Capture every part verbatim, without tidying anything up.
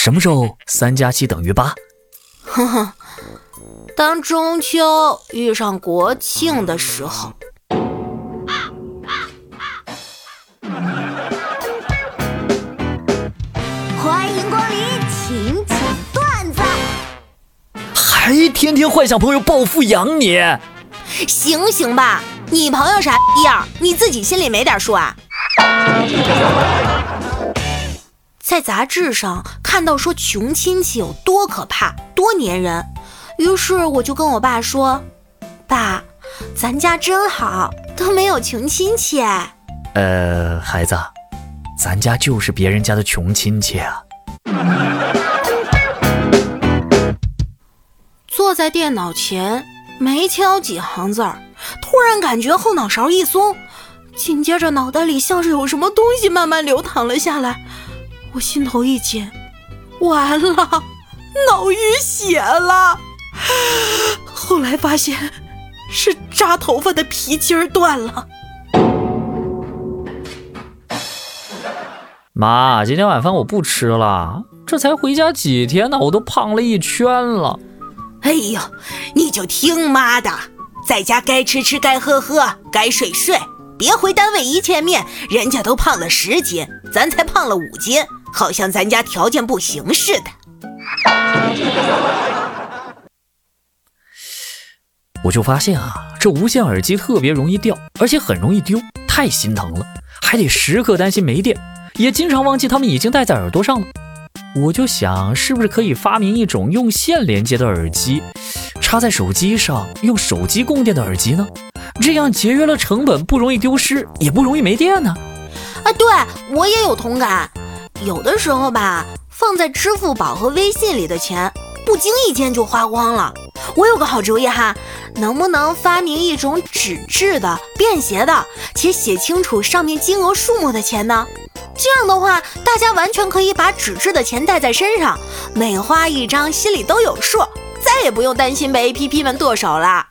什么时候三加七等于八？ 哼哼，当中秋遇上国庆的时候。 欢迎光临请讲段子。 还天天幻想朋友报复养你， 醒醒吧，你朋友啥样你自己心里没点数啊？在杂志上看到说穷亲戚有多可怕多粘人，于是我就跟我爸说，爸，咱家真好，都没有穷亲戚。 呃，孩子，咱家就是别人家的穷亲戚啊。 坐在电脑前没敲几行字儿，突然感觉后脑勺一松，紧接着脑袋里像是有什么东西慢慢流淌了下来，我心头一紧，完了，脑淤血了。后来发现是扎头发的皮筋断了。 妈，今天晚饭我不吃了，这才回家几天呢，我都胖了一圈了。 哎呦，你就听妈的，在家该吃吃该喝喝该睡睡，别回单位一见面人家都胖了十斤，咱才胖了五斤，好像咱家条件不行似的。 我就发现啊，这无线耳机特别容易掉，而且很容易丢，太心疼了，还得时刻担心没电，也经常忘记他们已经戴在耳朵上了。我就想，是不是可以发明一种用线连接的耳机，插在手机上，用手机供电的耳机呢？这样节约了成本，不容易丢失，也不容易没电呢。 啊，对，我也有同感。有的时候吧，放在支付宝和微信里的钱，不经意间就花光了。我有个好主意哈，能不能发明一种纸质的、便携的，且写清楚上面金额数目的钱呢？这样的话，大家完全可以把纸质的钱带在身上，每花一张心里都有数，再也不用担心被 A P P 们剁手了。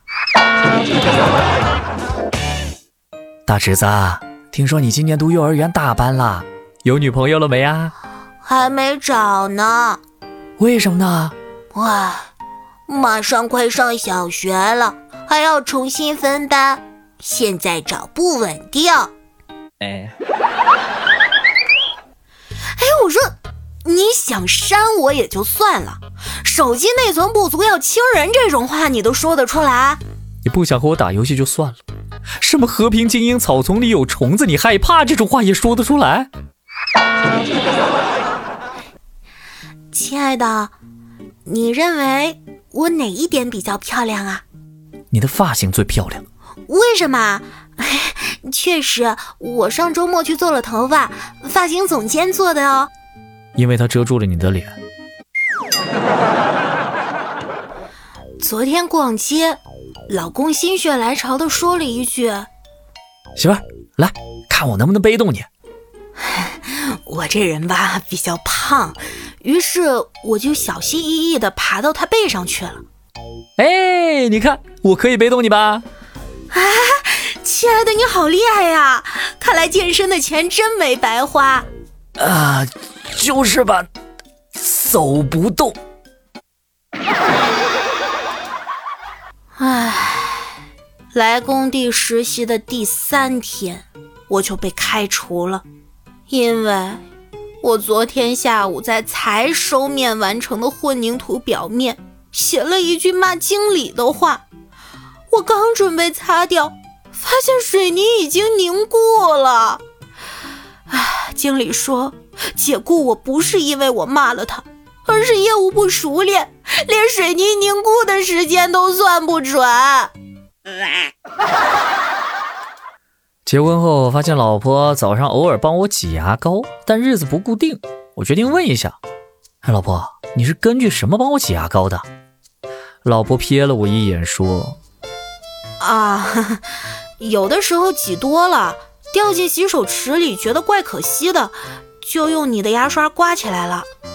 大侄子，听说你今年读幼儿园大班了，有女朋友了没啊？ 还没找呢。 为什么呢？ 哇，马上快上小学了，还要重新分班，现在找不稳定。 哎， 哎，我说你想删我也就算了，手机内存不足要清人这种话你都说得出来？ 你不想和我打游戏就算了，什么和平精英草丛里有虫子你害怕这种话也说得出来？ 亲爱的，你认为我哪一点比较漂亮啊？ 你的发型最漂亮。 为什么？确实，我上周末去做了头发，发型总监做的哦。 因为它遮住了你的脸。 昨天逛街，老公心血来潮地说了一句： 媳妇儿，来看我能不能背动你。 我这人吧比较胖，于是我就小心翼翼地爬到他背上去了。 哎，你看我可以背动你吧？ 啊，亲爱的，你好厉害呀！看来健身的钱真没白花。 啊，就是吧，走不动。 唉，来工地实习的第三天，我就被开除了，因为我昨天下午在才收面完成的混凝土表面写了一句骂经理的话，我刚准备擦掉，发现水泥已经凝固了。唉，经理说解雇我不是因为我骂了他，而是业务不熟练，连水泥凝固的时间都算不准。 结婚后发现老婆早上偶尔帮我挤牙膏，但日子不固定，我决定问一下，哎，老婆，你是根据什么帮我挤牙膏的？老婆瞥了我一眼说， 啊，有的时候挤多了掉进洗手池里觉得怪可惜的，就用你的牙刷刮起来了。